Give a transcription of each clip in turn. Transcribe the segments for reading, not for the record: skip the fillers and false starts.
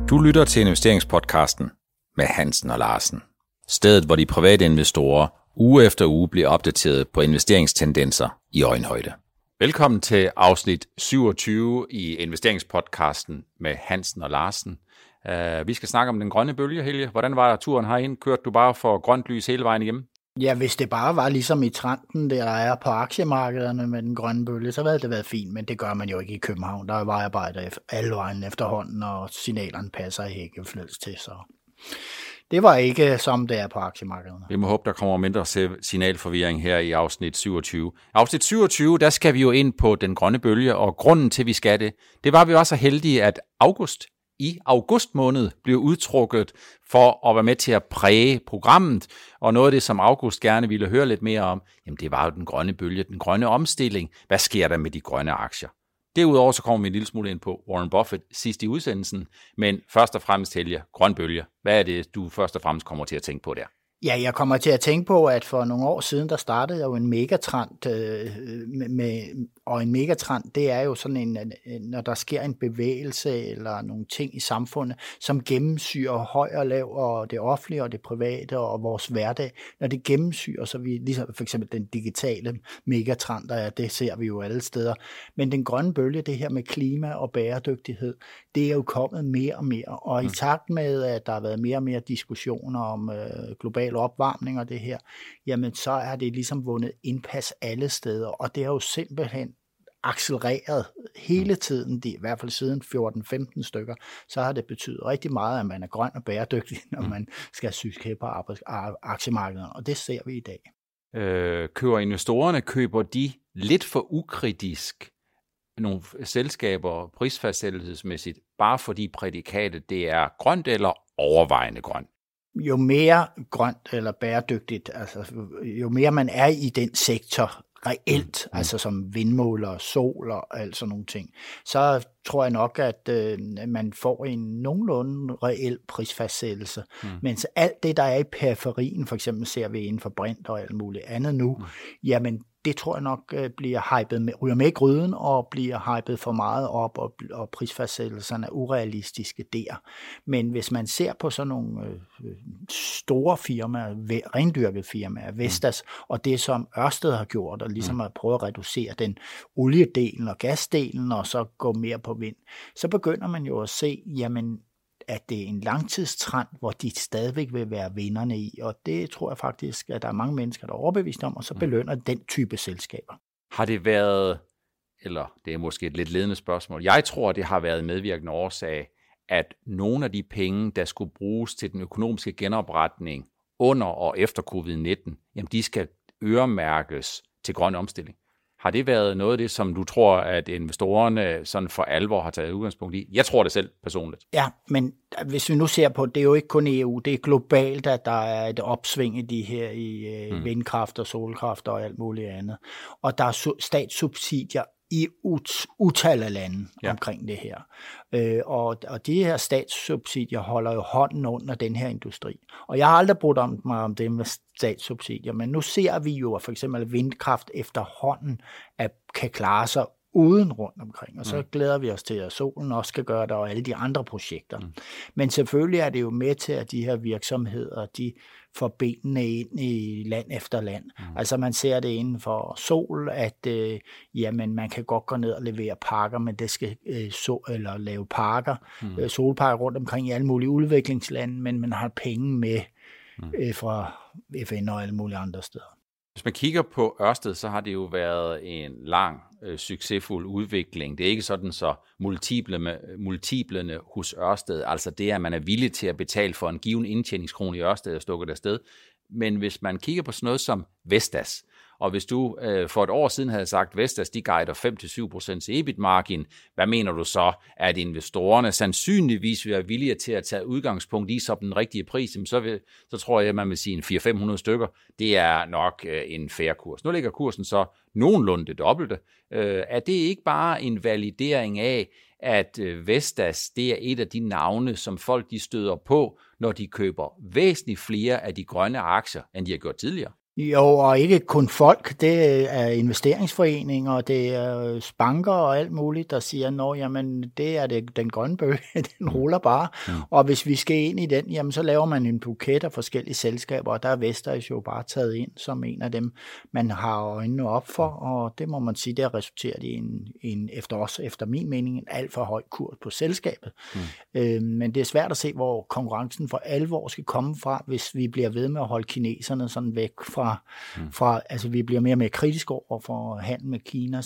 Du lytter til investeringspodcasten med Hansen og Larsen. Stedet, hvor de private investorer uge efter uge bliver opdateret på investeringstendenser i øjenhøjde. Velkommen til afsnit 27 i investeringspodcasten med Hansen og Larsen. Vi skal snakke om den grønne bølge, Helge. Hvordan var turen herind? Kørte du bare for grønt lys hele vejen hjem? Ja, hvis det bare var ligesom i trenden, der er på aktiemarkederne med den grønne bølge, så havde det været fint, men det gør man jo ikke i København. Der er vejarbejder alle vejen efterhånden, og signalerne passer ikke fløds til, så det var ikke som det er på aktiemarkederne. Vi må håbe, der kommer mindre signalforvirring her i afsnit 27. Afsnit 27, der skal vi jo ind på den grønne bølge, og grunden til, vi skal det var, vi var så heldige, at i august måned blev udtrukket for at være med til at præge programmet, og noget af det, som August gerne ville høre lidt mere om, jamen det var jo den grønne bølge, den grønne omstilling. Hvad sker der med de grønne aktier? Derudover så kommer vi en lille smule ind på Warren Buffett sidst i udsendelsen, men først og fremmest, Helge, grøn bølge. Hvad er det, du først og fremmest kommer til at tænke på der? Ja, jeg kommer til at tænke på, at for nogle år siden, der startede jeg jo en megatrend, og en megatrend, det er jo sådan en, når der sker en bevægelse eller nogle ting i samfundet, som gennemsyrer høj og lav, og det offentlige og det private og vores hverdag. Når det gennemsyrer, så vi ligesom for eksempel den digitale megatrend, der er, det ser vi jo alle steder. Men den grønne bølge, det her med klima og bæredygtighed, det er jo kommet mere og mere, og i takt med, at der har været mere og mere diskussioner om global opvarmning og det her, jamen så er det ligesom vundet indpas alle steder, og det har jo simpelthen accelereret hele tiden, i hvert fald siden 14-15 stykker, så har det betydet rigtig meget, at man er grøn og bæredygtig, når man skal syge på aktiemarkedet, og det ser vi i dag. Køber de lidt for ukritisk nogle selskaber prisfastsættelsesmæssigt, bare fordi prædikatet det er grønt eller overvejende grønt? Jo mere grønt eller bæredygtigt, altså jo mere man er i den sektor reelt, altså som vindmøller, sol og alt sådan nogle ting, så tror jeg nok, at man får en nogenlunde reel prisfastsættelse. Mens alt det, der er i periferien, for eksempel ser vi inden for brint og alt muligt andet nu, jamen det tror jeg nok bliver hypet med, ryger med i gryden og bliver hypet for meget op, og prisfastsættelserne er urealistiske der. Men hvis man ser på sådan nogle store firmaer, rendyrkede firmaer, Vestas, og det som Ørsted har gjort, og ligesom at prøve at reducere den oliedelen og gasdelen, og så gå mere på vind, så begynder man jo at se, jamen, at det er en langtidstrend, hvor de stadigvæk vil være vinderne i, og det tror jeg faktisk, at der er mange mennesker, der er overbevist om, og så belønner den type selskaber. Har det været, eller det er måske et lidt ledende spørgsmål, jeg tror, det har været medvirkende årsag, at nogle af de penge, der skulle bruges til den økonomiske genopretning under og efter covid-19, jamen de skal øremærkes til grøn omstilling. Har det været noget af det, som du tror, at investorerne sådan for alvor har taget udgangspunkt i? Jeg tror det selv personligt. Ja, men hvis vi nu ser på, det er jo ikke kun EU, det er globalt, at der er et opsving i de her i vindkraft og solkraft og alt muligt andet. Og der er statssubsidier i utal af lande omkring det her. Og de her statssubsidier holder jo hånden under den her industri. Og jeg har aldrig brugt mig om det med statssubsidier, men nu ser vi jo, at for eksempel vindkraft efterhånden kan klare sig uden rundt omkring, og så glæder vi os til, at solen også skal gøre det, og alle de andre projekter. Men selvfølgelig er det jo med til, at de her virksomheder, de får benene ind i land efter land. Altså man ser det inden for sol, at jamen, man kan godt gå ned og levere parker, men det skal eller lave parker, solparker rundt omkring i alle mulige udviklingslande, men man har penge med fra FN og alle mulige andre steder. Hvis man kigger på Ørsted, så har det jo været en lang, succesfuld udvikling. Det er ikke sådan så multiplerne hos Ørsted, altså det, at man er villig til at betale for en given indtjeningskrone i Ørsted og stukket afsted. Men hvis man kigger på sådan noget som Vestas, og hvis du for et år siden havde sagt, at Vestas de guider 5-7% EBIT-margin, hvad mener du så, at investorerne sandsynligvis vil være villige til at tage udgangspunkt i så den rigtige pris? Så tror jeg, at man vil sige en 400-500 stykker. Det er nok en fair kurs. Nu ligger kursen så nogenlunde det dobbelte. Er det ikke bare en validering af, at Vestas det er et af de navne, som folk de støder på, når de køber væsentligt flere af de grønne aktier, end de har gjort tidligere? Jo, og ikke kun folk, det er investeringsforeninger, det er banker og alt muligt, der siger, jamen det er den grønne bølge, den ruller bare, og hvis vi skal ind i den, jamen så laver man en buket af forskellige selskaber, og der er Vestas jo bare taget ind som en af dem, man har øjnene op for, og det må man sige, det har resulteret i en efter min mening, en alt for høj kurs på selskabet. Men det er svært at se, hvor konkurrencen for alvor skal komme fra, hvis vi bliver ved med at holde kineserne sådan væk fra altså vi bliver mere og mere kritiske over for handel med Kina,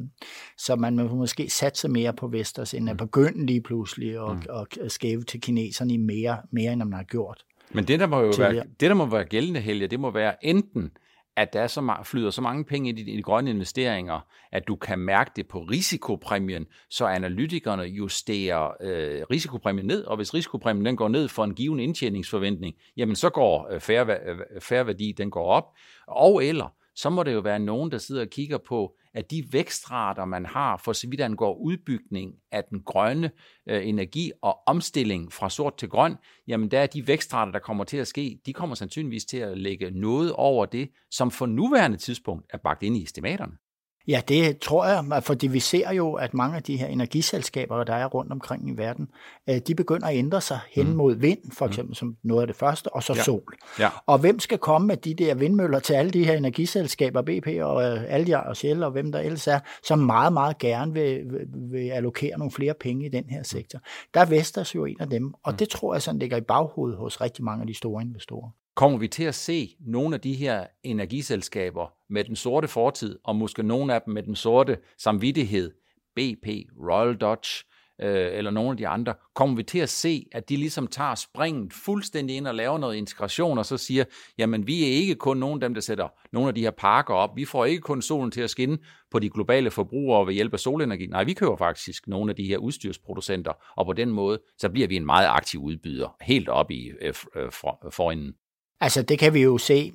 så man må måske satse mere på Vestas, end at begynde lige pludselig at skæve til kineserne mere end man har gjort. Men det, der må være gældende, Helge, det må være enten, at der flyder så mange penge ind i de grønne investeringer, at du kan mærke det på risikopræmien, så analytikerne justerer risikopræmien ned, og hvis risikopræmien den går ned for en given indtjeningsforventning, jamen så går fair værdi, den går op, og eller så må det jo være nogen, der sidder og kigger på, at de vækstrater, man har, for så vidt angår udbygning af den grønne energi og omstilling fra sort til grøn, jamen der er de vækstrater, der kommer til at ske, de kommer sandsynligvis til at lægge noget over det, som for nuværende tidspunkt er bagt ind i estimaterne. Ja, det tror jeg, fordi vi ser jo, at mange af de her energiselskaber, der er rundt omkring i verden, de begynder at ændre sig hen mod vind, for eksempel som noget af det første, og så sol. Ja. Og hvem skal komme med de der vindmøller til alle de her energiselskaber, BP og Aldia og Shell og hvem der ellers er, som meget, meget gerne vil allokere nogle flere penge i den her sektor. Der er Vestas jo en af dem, og det tror jeg sådan ligger i baghovedet hos rigtig mange af de store investorer. Kommer vi til at se nogle af de her energiselskaber med den sorte fortid, og måske nogle af dem med den sorte samvittighed, BP, Royal Dutch eller nogle af de andre, kommer vi til at se, at de ligesom tager springet fuldstændig ind og laver noget integration, og så siger, jamen vi er ikke kun nogle af dem, der sætter nogle af de her parker op, vi får ikke kun solen til at skinne på de globale forbrugere ved hjælp af solenergi, nej, vi køber faktisk nogle af de her udstyrsproducenter, og på den måde, så bliver vi en meget aktiv udbyder, helt op i forenden. Altså det kan vi jo se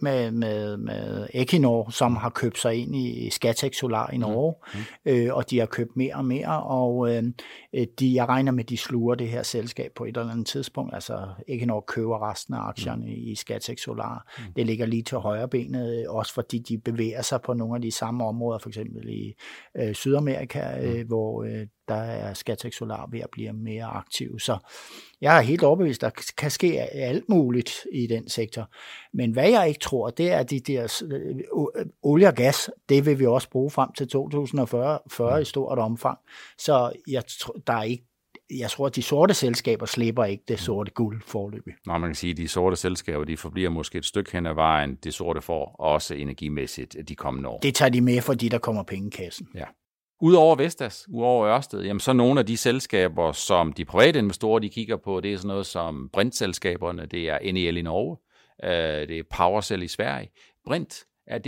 med Equinor, som har købt sig ind i Scatec Solar i Norge, og de har købt mere og mere, og jeg regner med, at de sluger det her selskab på et eller andet tidspunkt. Altså Equinor køber resten af aktierne i Scatec Solar. Det ligger lige til højre benet, også fordi de bevæger sig på nogle af de samme områder, for eksempel i Sydamerika, hvor der er Scatec Solar ved at blive mere aktiv. Så jeg er helt overbevist, der kan ske alt muligt i den sektor. Men hvad jeg ikke tror, det er de der olie og gas, det vil vi også bruge frem til 2040 i stort omfang. Så jeg tror, at de sorte selskaber slipper ikke det sorte guld foreløbig. Nå, man kan sige, at de sorte selskaber, de forbliver måske et stykke hen ad vejen, det sorte får også energimæssigt de kommende år. Det tager de med, fordi der kommer penge i kassen. Ja. Udover Vestas, udover Ørsted, jamen så nogle af de selskaber, som de private investorer, de kigger på, det er sådan noget som Brint-selskaberne, det er NEL i Norge, det er PowerCell i Sverige. Brint, er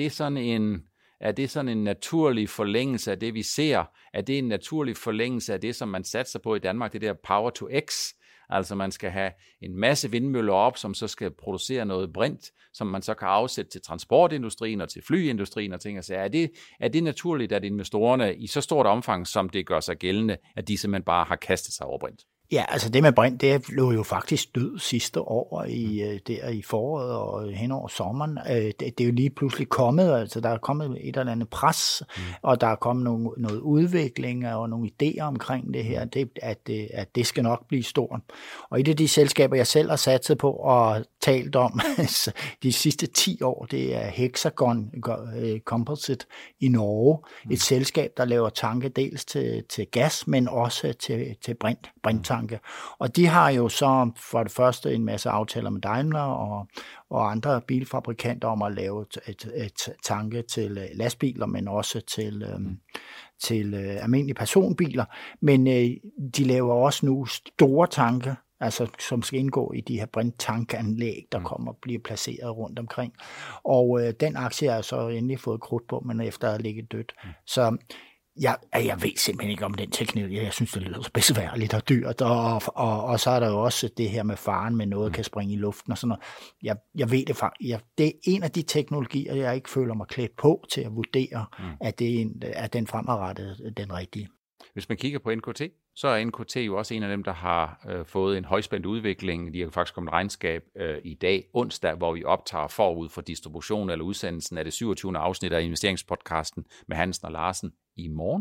det sådan en naturlig forlængelse af det, vi ser? Er det en naturlig forlængelse af det, som man satser på i Danmark, det der Power to X? Altså man skal have en masse vindmøller op, som så skal producere noget brint, som man så kan afsætte til transportindustrien og til flyindustrien og ting. Altså er det naturligt, at investorerne i så stort omfang, som det gør sig gældende, at de simpelthen bare har kastet sig over brint? Ja, altså det med brint, det lå jo faktisk død sidste år der i foråret og hen over sommeren. Det er jo lige pludselig kommet, altså der er kommet et eller andet pres, og der er kommet noget udvikling og nogle idéer omkring det her, at det skal nok blive stort. Og et af de selskaber, jeg selv har satset på og talt om de sidste 10 år, det er Hexagon Composite i Norge. Et selskab, der laver tanke dels til gas, men også til brinttanke. Og de har jo så for det første en masse aftaler med Daimler og andre bilfabrikanter om at lave et tanke til lastbiler, men også til almindelige personbiler. Men de laver også nu store tanke, altså som skal indgå i de her brinttankanlæg, der bliver placeret rundt omkring. Og den aktie har så endelig fået krudt på, men efter at have ligget dødt. Så jeg ved simpelthen ikke om den teknik. Jeg synes, det lyder så besværligt og dyrt. Og så er der jo også det her med faren med noget, kan springe i luften og sådan noget. Jeg ved det faktisk. Det er en af de teknologier, jeg ikke føler mig klædt på til at vurdere, at den fremadrettet den rigtige. Hvis man kigger på NKT, så er NKT jo også en af dem, der har fået en højspændt udvikling. De har faktisk kommet regnskab i dag, onsdag, hvor vi optager forud for distribution eller udsendelsen af det 27. afsnit af investeringspodcasten med Hansen og Larsen i morgen.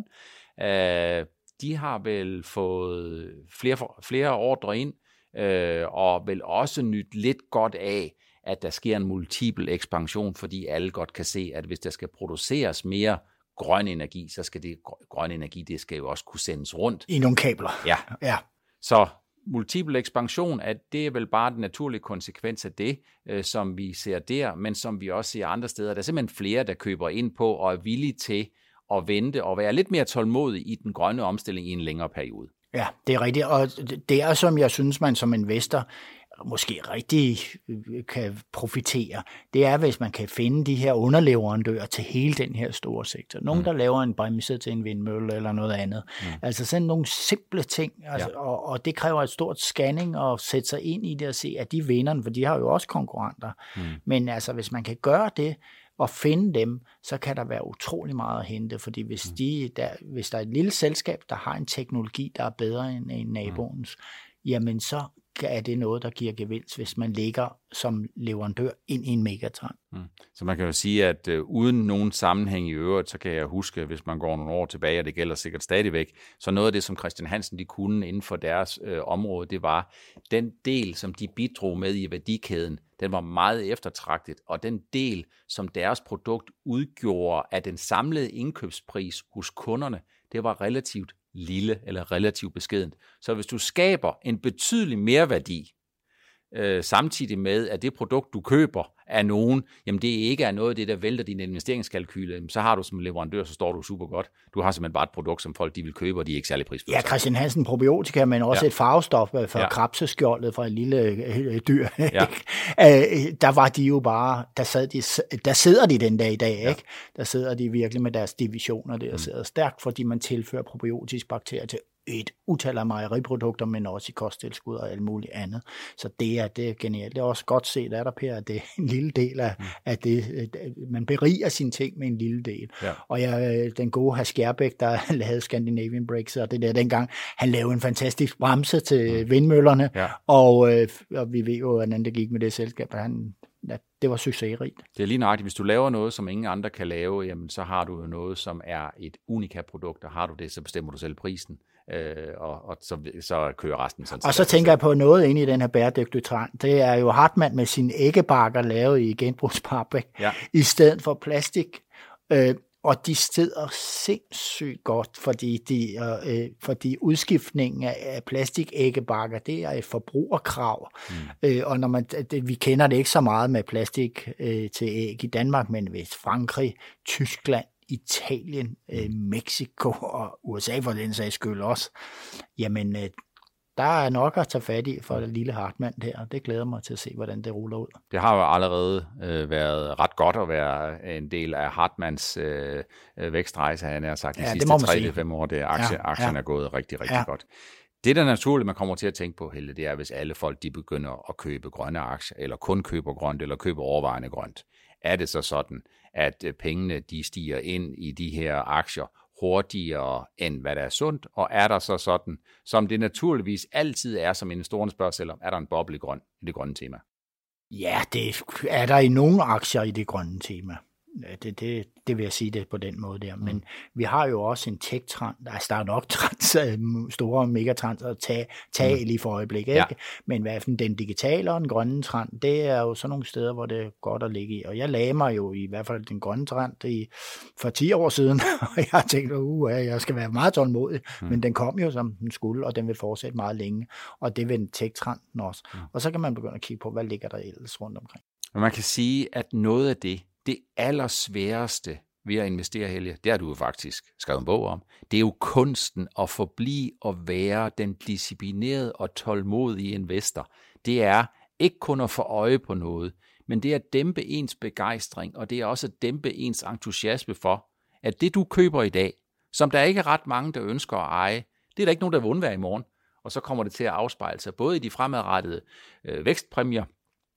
De har vel fået flere ordre ind, og vil også nytte lidt godt af, at der sker en multiple ekspansion, fordi alle godt kan se, at hvis der skal produceres mere grøn energi, så skal det grøn energi, det skal jo også kunne sendes rundt. I nogle kabler. Ja. Så multiple ekspansion, det er vel bare den naturlige konsekvens af det, som vi ser der, men som vi også ser andre steder. Der er simpelthen flere, der køber ind på og er villige til at vente og være lidt mere tålmodige i den grønne omstilling i en længere periode. Ja, det er rigtigt, og det er, som jeg synes, man som investor måske rigtig kan profitere, det er, hvis man kan finde de her underleverandører til hele den her store sektor. Nogen, der laver en bremse til en vindmølle eller noget andet. Altså sådan nogle simple ting, altså, og det kræver et stort scanning at sætte sig ind i det og se, at de vinderne, for de har jo også konkurrenter. Men altså, hvis man kan gøre det, og finde dem, så kan der være utrolig meget at hente, fordi hvis der er et lille selskab, der har en teknologi, der er bedre end naboens, jamen så er det noget, der giver gevinst, hvis man ligger som leverandør ind i en megatron. Så man kan jo sige, at uden nogen sammenhæng i øvrigt, så kan jeg huske, hvis man går nogle år tilbage, og det gælder sikkert stadigvæk, så noget af det, som Christian Hansen de kunne inden for deres område, det var den del, som de bidrog med i værdikæden, den var meget eftertragtet, og den del, som deres produkt udgjorde af den samlede indkøbspris hos kunderne, det var relativt lille eller relativt beskedent. Så hvis du skaber en betydelig merværdi, samtidig med, at det produkt, du køber af nogen, jamen det ikke er noget af det, der vælter din investeringskalkyle, så har du som leverandør, så står du super godt. Du har simpelthen bare et produkt, som folk de vil købe, og de er ikke særlig prisfølsomme. Ja, Christian Hansen, probiotika, men også et farvestof for krabseskjoldet fra et lille dyr. Der var de jo bare, der sidder de den dag i dag, ikke? Der sidder de virkelig med deres divisioner der, og sidder stærkt, fordi man tilfører probiotiske bakterier til et utal af mejeriprodukter, men også i kosttilskud og alt muligt andet. Så det er genialt. Det er også godt set af dig, Per, at det er en lille del af det. Man beriger sine ting med en lille del. Ja. Og den gode hr. Skjærbæk, der lavede Scandinavian Brakes, og det der dengang, han lavede en fantastisk bremse til vindmøllerne, og vi ved jo, hvordan det gik med det selskab, det var succesrigt. Det er lige nøjagtigt. Hvis du laver noget, som ingen andre kan lave, jamen, så har du jo noget, som er et unika-produkt, og har du det, så bestemmer du selv prisen, og så kører resten. Sådan og så tænker jeg på noget inde i den her bæredygtige trend. Det er jo Hartmann med sine æggebakker lavet i genbrugspap, i stedet for plastik. Og de sidder sindssygt godt, fordi udskiftningen af plastikæggebakker, det er et forbrugerkrav. Og når vi kender det ikke så meget med plastik til æg i Danmark, men hvis Frankrig, Tyskland, Italien, Mexico og USA for den sags skyld også, jamen der er nok at tage fat i for den lille Hartmann der, og det glæder mig til at se, hvordan det ruller ud. Det har jo allerede været ret godt at være en del af Hartmanns vækstrejse, han har sagt, de sidste 3-5 år, det aktien er gået rigtig, rigtig godt. Det, der naturligt, man kommer til at tænke på, Helle, det er, hvis alle folk de begynder at købe grønne aktier, eller kun køber grønt, eller køber overvejende grønt. Er det så sådan, at pengene de stiger ind i de her aktier hurtigere end hvad der er sundt, og er der så sådan, som det naturligvis altid er, som investorerne spørger selv om, er der en boble i det grønne tema? Ja, det er der i nogle aktier i det grønne tema. Det vil jeg sige det på den måde der. Men vi har jo også en tech-trend. Der er nok store megatrends at tage lige for øjeblikket. Ikke? Men hvad den digitale og den grønne trend, det er jo sådan nogle steder, hvor det er godt at ligge i. Og jeg lagde mig jo i hvert fald den grønne trend for 10 år siden, og jeg tænkte, jeg skal være meget tålmodig. Men den kom jo, som den skulle, og den vil fortsætte meget længe. Og det vil tech-trenden også. Og så kan man begynde at kigge på, hvad ligger der ellers rundt omkring. Men man kan sige, at noget af det allersværeste ved at investere, Helge, det har du jo faktisk skrevet en bog om, det er jo kunsten at forblive og være den disciplinerede og tålmodige investor. Det er ikke kun at få øje på noget, men det er at dæmpe ens begejstring, og det er også at dæmpe ens entusiasme for, at det du køber i dag, som der ikke er ret mange, der ønsker at eje, det er der ikke nogen, der vil undvære i morgen, og så kommer det til at afspejle sig både i de fremadrettede vækstpræmier,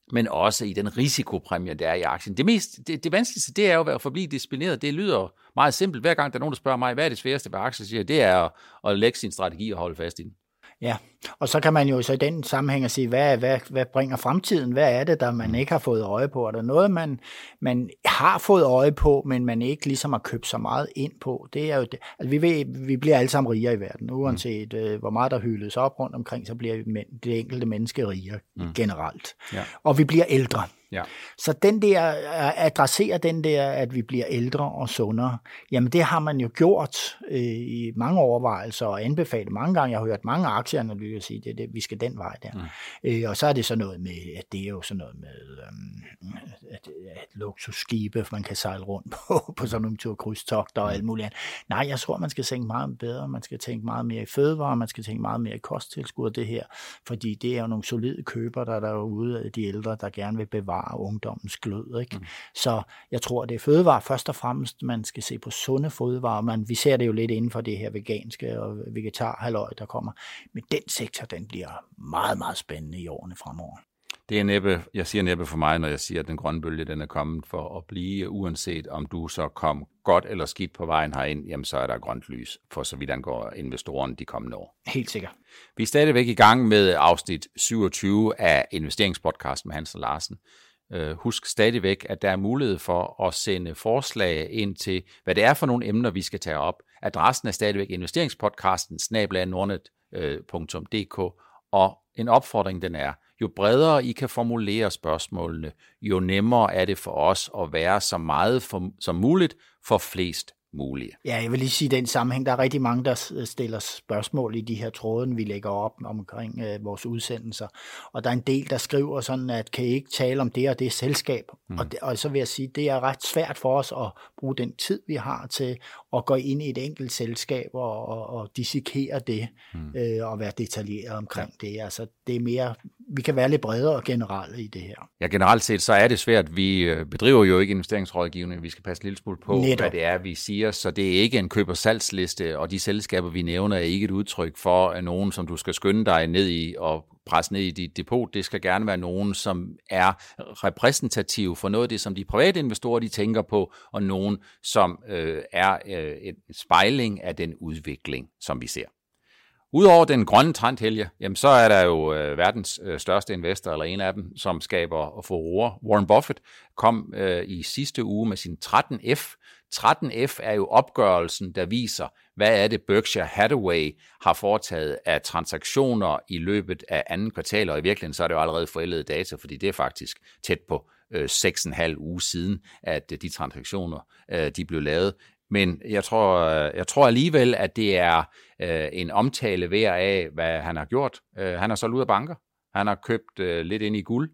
men også i den risikopræmie, der er i aktien. Det vanskeligste, det er jo at forblive disciplineret. Det lyder meget simpelt. Hver gang der er nogen, der spørger mig, hvad er det sværeste ved aktier, siger, det er at lægge sin strategi og holde fast i den. Ja, og så kan man jo så i den sammenhæng sige, hvad bringer fremtiden? Hvad er det, der man ikke har fået øje på? Er der noget, man har fået øje på, men man ikke ligesom har købt så meget ind på? Det er jo det. Altså, vi bliver alle sammen rigere i verden. Uanset hvor meget der hyldes op rundt omkring, så bliver det enkelte menneske rigere generelt. Ja. Og vi bliver ældre. Ja. Så den der, adresserer den der, at vi bliver ældre og sundere, jamen det har man jo gjort i mange overvejelser og anbefalet mange gange. Jeg har hørt mange aktieanalytikere sige, at vi skal den vej der. Og så er det så noget med, at det er jo sådan noget med at luksusskibe, man kan sejle rundt på sådan nogle tur krydstogter og alt muligt andet. Nej, jeg tror, man skal tænke meget bedre. Man skal tænke meget mere i fødevarer, man skal tænke meget mere i kosttilskud af det her, fordi det er jo nogle solide køber, der er derude af de ældre, der gerne vil bevare ungdommens glød. Ikke? Så jeg tror, det er fødevarer først og fremmest, man skal se på sunde fødevarer. Vi ser det jo lidt inden for det her veganske og vegetarhalløj, der kommer. Men den sektor, den bliver meget, meget spændende i årene fremover. Det er næppe, jeg siger næppe for mig, når jeg siger, at den grønne bølge, den er kommet for at blive, uanset om du så kom godt eller skidt på vejen herind, jamen så er der grønt lys, for så vidt angår investorerne de kommende år. Helt sikkert. Vi er stadigvæk i gang med afsnit 27 af investeringspodcasten med Hans og Larsen. Husk stadigvæk, at der er mulighed for at sende forslag ind til, hvad det er for nogle emner, vi skal tage op. Adressen er stadigvæk investeringspodcasten@nordnet.dk, og en opfordring den er, jo bredere I kan formulere spørgsmålene, jo nemmere er det for os at være så meget som muligt for flest mulige. Ja, jeg vil lige sige i den sammenhæng, der er rigtig mange, der stiller spørgsmål i de her tråden, vi lægger op omkring vores udsendelser. Og der er en del, der skriver sådan, at kan I ikke tale om det og det selskab? Og så vil jeg sige, det er ret svært for os at bruge den tid, vi har til at gå ind i et enkelt selskab og dissekere det og være detaljeret omkring det. Altså, det er mere, vi kan være lidt bredere og generelle i det her. Ja, generelt set, så er det svært. Vi bedriver jo ikke investeringsrådgivning. Vi skal passe en lille smule på, hvad det er, vi siger. Så det er ikke en køb- og salgsliste, og de selskaber, vi nævner, er ikke et udtryk for nogen, som du skal skynde dig ned i og presse ned i dit depot. Det skal gerne være nogen, som er repræsentative for noget af det, som de private investorer de tænker på, og nogen, som er en spejling af den udvikling, som vi ser. Udover den grønne trendhelge, jamen så er der jo verdens største investor, eller en af dem, som skaber furore. Warren Buffett kom i sidste uge med sin 13F. 13F er jo opgørelsen, der viser, hvad er det Berkshire Hathaway har foretaget af transaktioner i løbet af anden kvartal, og i virkeligheden så er det jo allerede forældede data, fordi det er faktisk tæt på 6,5 uger siden, at de transaktioner de blev lavet. Men jeg tror alligevel, at det er en omtale værd af, hvad han har gjort. Han har solgt ud af banker. Han har købt lidt ind i guld.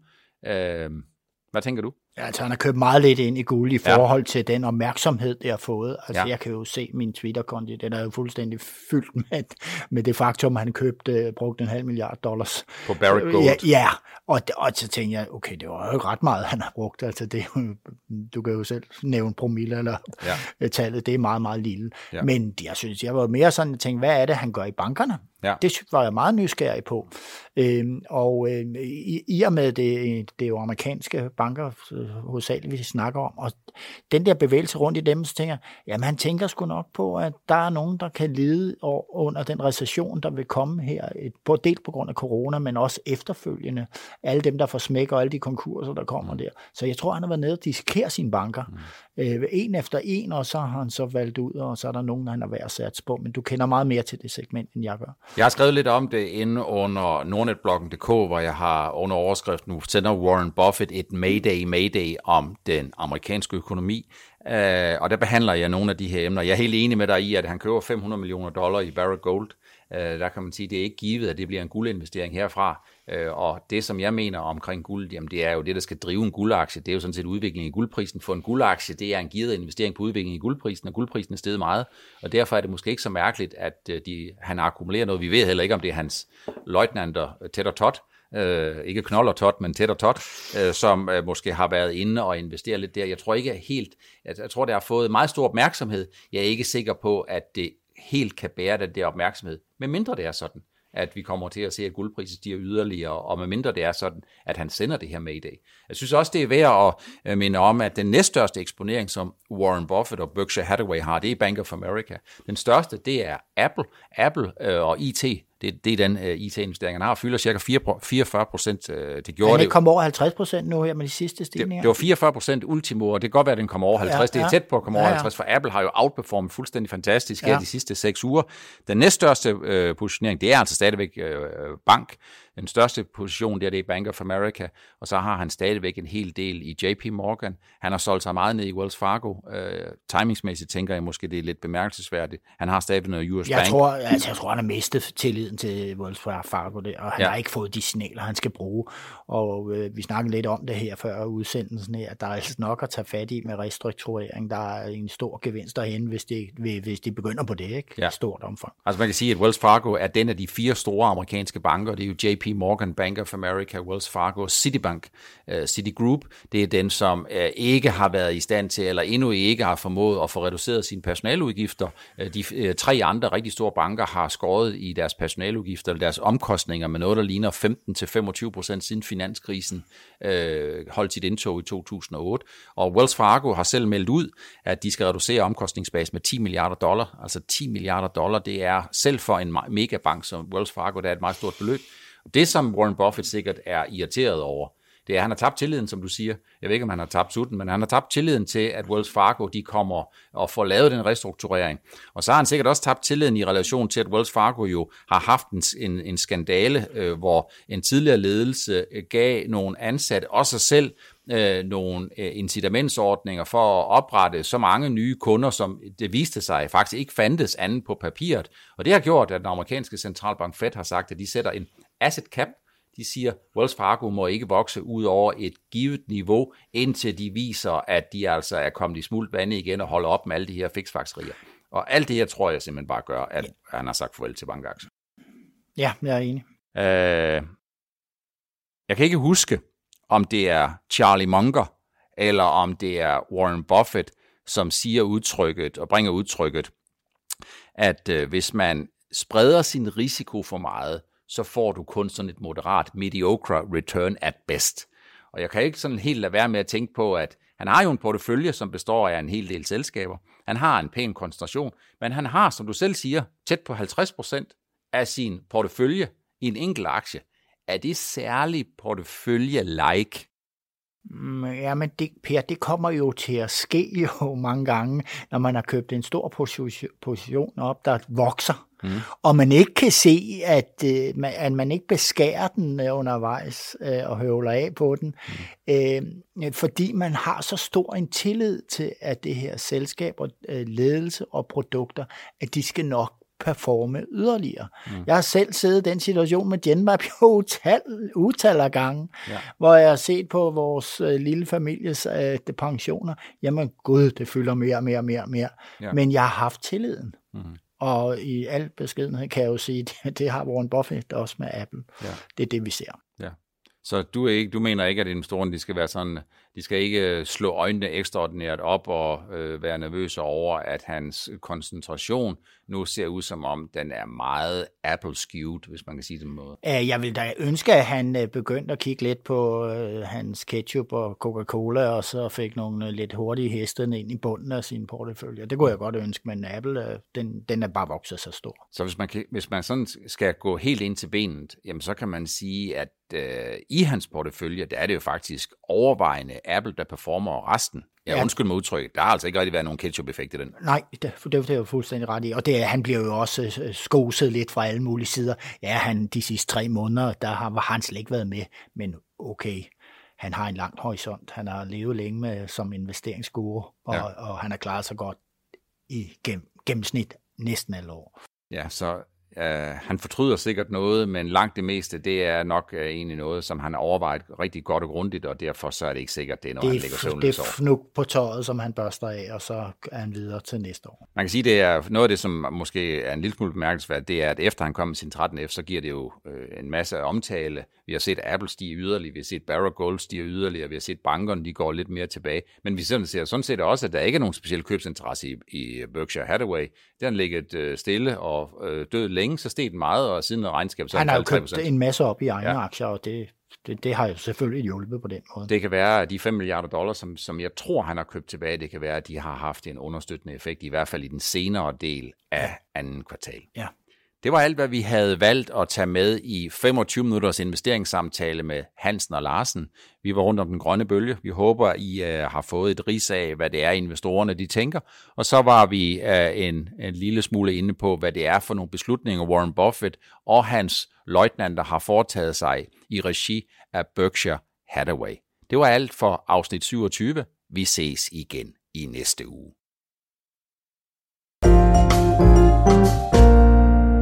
Hvad tænker du? Ja, altså han har købt meget lidt ind i guld i forhold til den opmærksomhed, det har fået. Altså jeg kan jo se min Twitter-konto, den er jo fuldstændig fyldt med det faktum, at han brugte $500 million. På Barrick Gold. Ja, og så tænkte jeg, okay, det var jo ikke ret meget, han har brugt. Altså det, du kan jo selv nævne promille eller tallet, det er meget, meget lille. Ja. Men jeg var mere sådan, jeg tænkte, hvad er det, han gør i bankerne? Ja. Det var jeg meget nysgerrig på. I og med det er jo amerikanske banker hovedsageligt, vi snakker om, og den der bevægelse rundt i dem, så tænker jeg, jamen han tænker sgu nok på, at der er nogen, der kan lide under den recession, der vil komme her, dels på grund af corona, men også efterfølgende, alle dem, der får smæk og alle de konkurser, der kommer der. Så jeg tror, han har været nede og dissekere sine banker, en efter en, og så har han så valgt ud, og så er der nogen, han har været sat på, men du kender meget mere til det segment, end jeg gør. Jeg har skrevet lidt om det inde under nordnetbloggen.dk, hvor jeg har under overskriften, nu sender Warren Buffett et Mayday om den amerikanske økonomi, og der behandler jeg nogle af de her emner. Jeg er helt enig med dig i, at han køber $500 million i Barrick Gold. Der kan man sige, at det er ikke givet, at det bliver en guldinvestering herfra. Og det, som jeg mener omkring guld, jamen det er jo det, der skal drive en guldaktie. Det er jo sådan set udviklingen i guldprisen. For en guldaktie, det er en givet investering på udviklingen i guldprisen, og guldprisen er steget meget. Og derfor er det måske ikke så mærkeligt, at han akkumulerer noget. Vi ved heller ikke, om det er hans løjtnanter Ted og Todd, ikke Knold og Todd, men Ted og Todd, som måske har været inde og investeret lidt der. Jeg tror ikke helt, jeg tror, det har fået meget stor opmærksomhed. Jeg er ikke sikker på, at det helt kan bære den der opmærksomhed, medmindre det er sådan, at vi kommer til at se, at guldprisen stiger yderligere, og medmindre det er sådan, at han sender det her med i dag. Jeg synes også, det er værd at minde om, at den næststørste eksponering, som Warren Buffett og Berkshire Hathaway har, det er Bank of America. Den største, det er Apple og IT. Det er den IT-investering, han har, fylder cirka 44%. Det gjorde det. Han kommer over 50% nu her med de sidste stigninger. Det var 44% ultimo, og det kan godt være, at den kommer over 50. Det er tæt på at komme over 50, for Apple har jo outperformet fuldstændig fantastisk her de sidste 6 uger. Den næststørste positionering, det er altså stadigvæk bank. Den største position, det er Bank of America, og så har han stadigvæk en hel del i JP Morgan. Han har solgt sig meget ned i Wells Fargo. Timingsmæssigt tænker jeg måske, det er lidt bemærkelsesværdigt. Han har stadigvæk noget US Bank. Jeg tror, han har mistet tilliden til Wells Fargo, og han har ikke fået de signaler, han skal bruge. Og vi snakkede lidt om det her før udsendelsen her, at der er altså nok at tage fat i med restrukturering. Der er en stor gevinst derhen, hvis de begynder på det, ikke? Ja. Stort omfang. Altså man kan sige, at Wells Fargo er den af de 4 store amerikanske banker. Det er jo JP Morgan, Bank of America, Wells Fargo, Citibank, Citigroup. Det er den, som ikke har været i stand til, eller endnu ikke har formået at få reduceret sine personaleudgifter. De 3 andre rigtig store banker har skåret i deres personaleudgifter, eller deres omkostninger med noget, der ligner 15-25% siden finanskrisen holdt sit indtog i 2008. Og Wells Fargo har selv meldt ud, at de skal reducere omkostningsbase med $10 milliarder. Altså $10 milliarder, det er selv for en megabank som Wells Fargo, der er et meget stort beløb. Det, som Warren Buffett sikkert er irriteret over, det er, at han har tabt tilliden, som du siger. Jeg ved ikke, om han har tabt sutten, men han har tabt tilliden til, at Wells Fargo, de kommer og får lavet den restrukturering. Og så har han sikkert også tabt tilliden i relation til, at Wells Fargo jo har haft en skandale, hvor en tidligere ledelse gav nogle ansatte, også sig selv, nogle incitamentsordninger for at oprette så mange nye kunder, som det viste sig faktisk ikke fandtes andet på papiret. Og det har gjort, at den amerikanske centralbank Fed har sagt, at de sætter en asset cap. De siger, at Wells Fargo må ikke vokse ud over et givet niveau, indtil de viser, at de altså er kommet i smult vande igen og holder op med alle de her fiksfakserier. Og alt det her tror jeg simpelthen bare gør, at han har sagt farvel til bankaktier. Ja, jeg er enig. Jeg kan ikke huske, om det er Charlie Munger, eller om det er Warren Buffett, som siger udtrykket og bringer udtrykket, at hvis man spreder sin risiko for meget, så får du kun sådan et moderat mediocre return at best. Og jeg kan ikke sådan helt lade være med at tænke på, at han har jo en portefølje, som består af en hel del selskaber. Han har en pæn koncentration, men han har, som du selv siger, tæt på 50% af sin portefølje i en enkelt aktie. Er det særlig portefølje-like? Ja, men det kommer jo til at ske jo mange gange, når man har købt en stor position op, der vokser. Og man ikke kan se, at man ikke beskærer den undervejs og høvler af på den, fordi man har så stor en tillid til, at det her selskab og ledelse og produkter, at de skal nok performe yderligere. Jeg har selv siddet i den situation med Genmab jo utal af gange, hvor jeg har set på vores lille families pensioner. Jamen gud, det fylder mere. Ja. Men jeg har haft tilliden. Og i al beskedenhed kan jeg jo sige, det har Warren Buffett også med Apple. Ja. Det er det, vi ser. Ja. Så du mener ikke, at investorerne de skal være sådan, de skal ikke slå øjnene ekstraordinært op og være nervøse over, at hans koncentration nu ser ud som om, den er meget Apple-skewed, hvis man kan sige det på en måde. Jeg vil da ønske, at han begyndte at kigge lidt på hans ketchup og Coca-Cola, og så fik nogle lidt hurtige heste ind i bunden af sine porteføljer. Det kunne jeg godt ønske, men Apple, den er bare vokset så stor. Så hvis man sådan skal gå helt ind til benet, jamen så kan man sige, at i hans portefølje, der er det jo faktisk overvejende Apple, der performer resten. Ja, undskyld mig udtryk. Der har altså ikke rigtig været nogen ketchup-effekt i den. Nej, det er jo fuldstændig ret i. Og han bliver jo også skoset lidt fra alle mulige sider. Ja, de sidste 3 måneder, der har han slet ikke været med. Men okay, han har en lang horisont. Han har levet længe som investeringsguru, og han har klaret sig godt i gennemsnit næsten alle år. Ja, så han fortryder sikkert noget, men langt det meste, det er nok egentlig noget, som han har overvejet rigtig godt og grundigt, og derfor så er det ikke sikkert, det er noget, han lægger søvnløs over. Det er fnug på tøjet, som han børster af, og så er han videre til næste år. Man kan sige, det er noget af det, som måske er en lille smule bemærkelsesværdigt, det er, at efter han kom med sin 13F, så giver det jo en masse omtale. Vi har set Apple stige yderligere, vi har set Barrick Gold stige yderligere, vi har set bankerne, de går lidt mere tilbage. Men vi ser sådan set også, at der ikke er nogen speciel købsinteresse i Berkshire Hathaway. Den har ligget stille og død længe længe, så steg den meget, og siden regnskabet så han har jo 3%. købt en masse op i egne aktier, og det har jo selvfølgelig hjulpet på den måde. Det kan være, at de $5 milliarder, som jeg tror, han har købt tilbage, det kan være, at de har haft en understøttende effekt, i hvert fald i den senere del af anden kvartal. Ja. Det var alt, hvad vi havde valgt at tage med i 25 minutters investeringssamtale med Hansen og Larsen. Vi var rundt om den grønne bølge. Vi håber, I har fået et rids af, hvad det er, investorerne de tænker. Og så var vi en lille smule inde på, hvad det er for nogle beslutninger, Warren Buffett og hans løjtnanter har foretaget sig i regi af Berkshire Hathaway. Det var alt for afsnit 27. Vi ses igen i næste uge.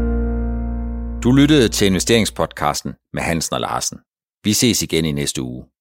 Du lyttede til investeringspodcasten med Hansen og Larsen. Vi ses igen i næste uge.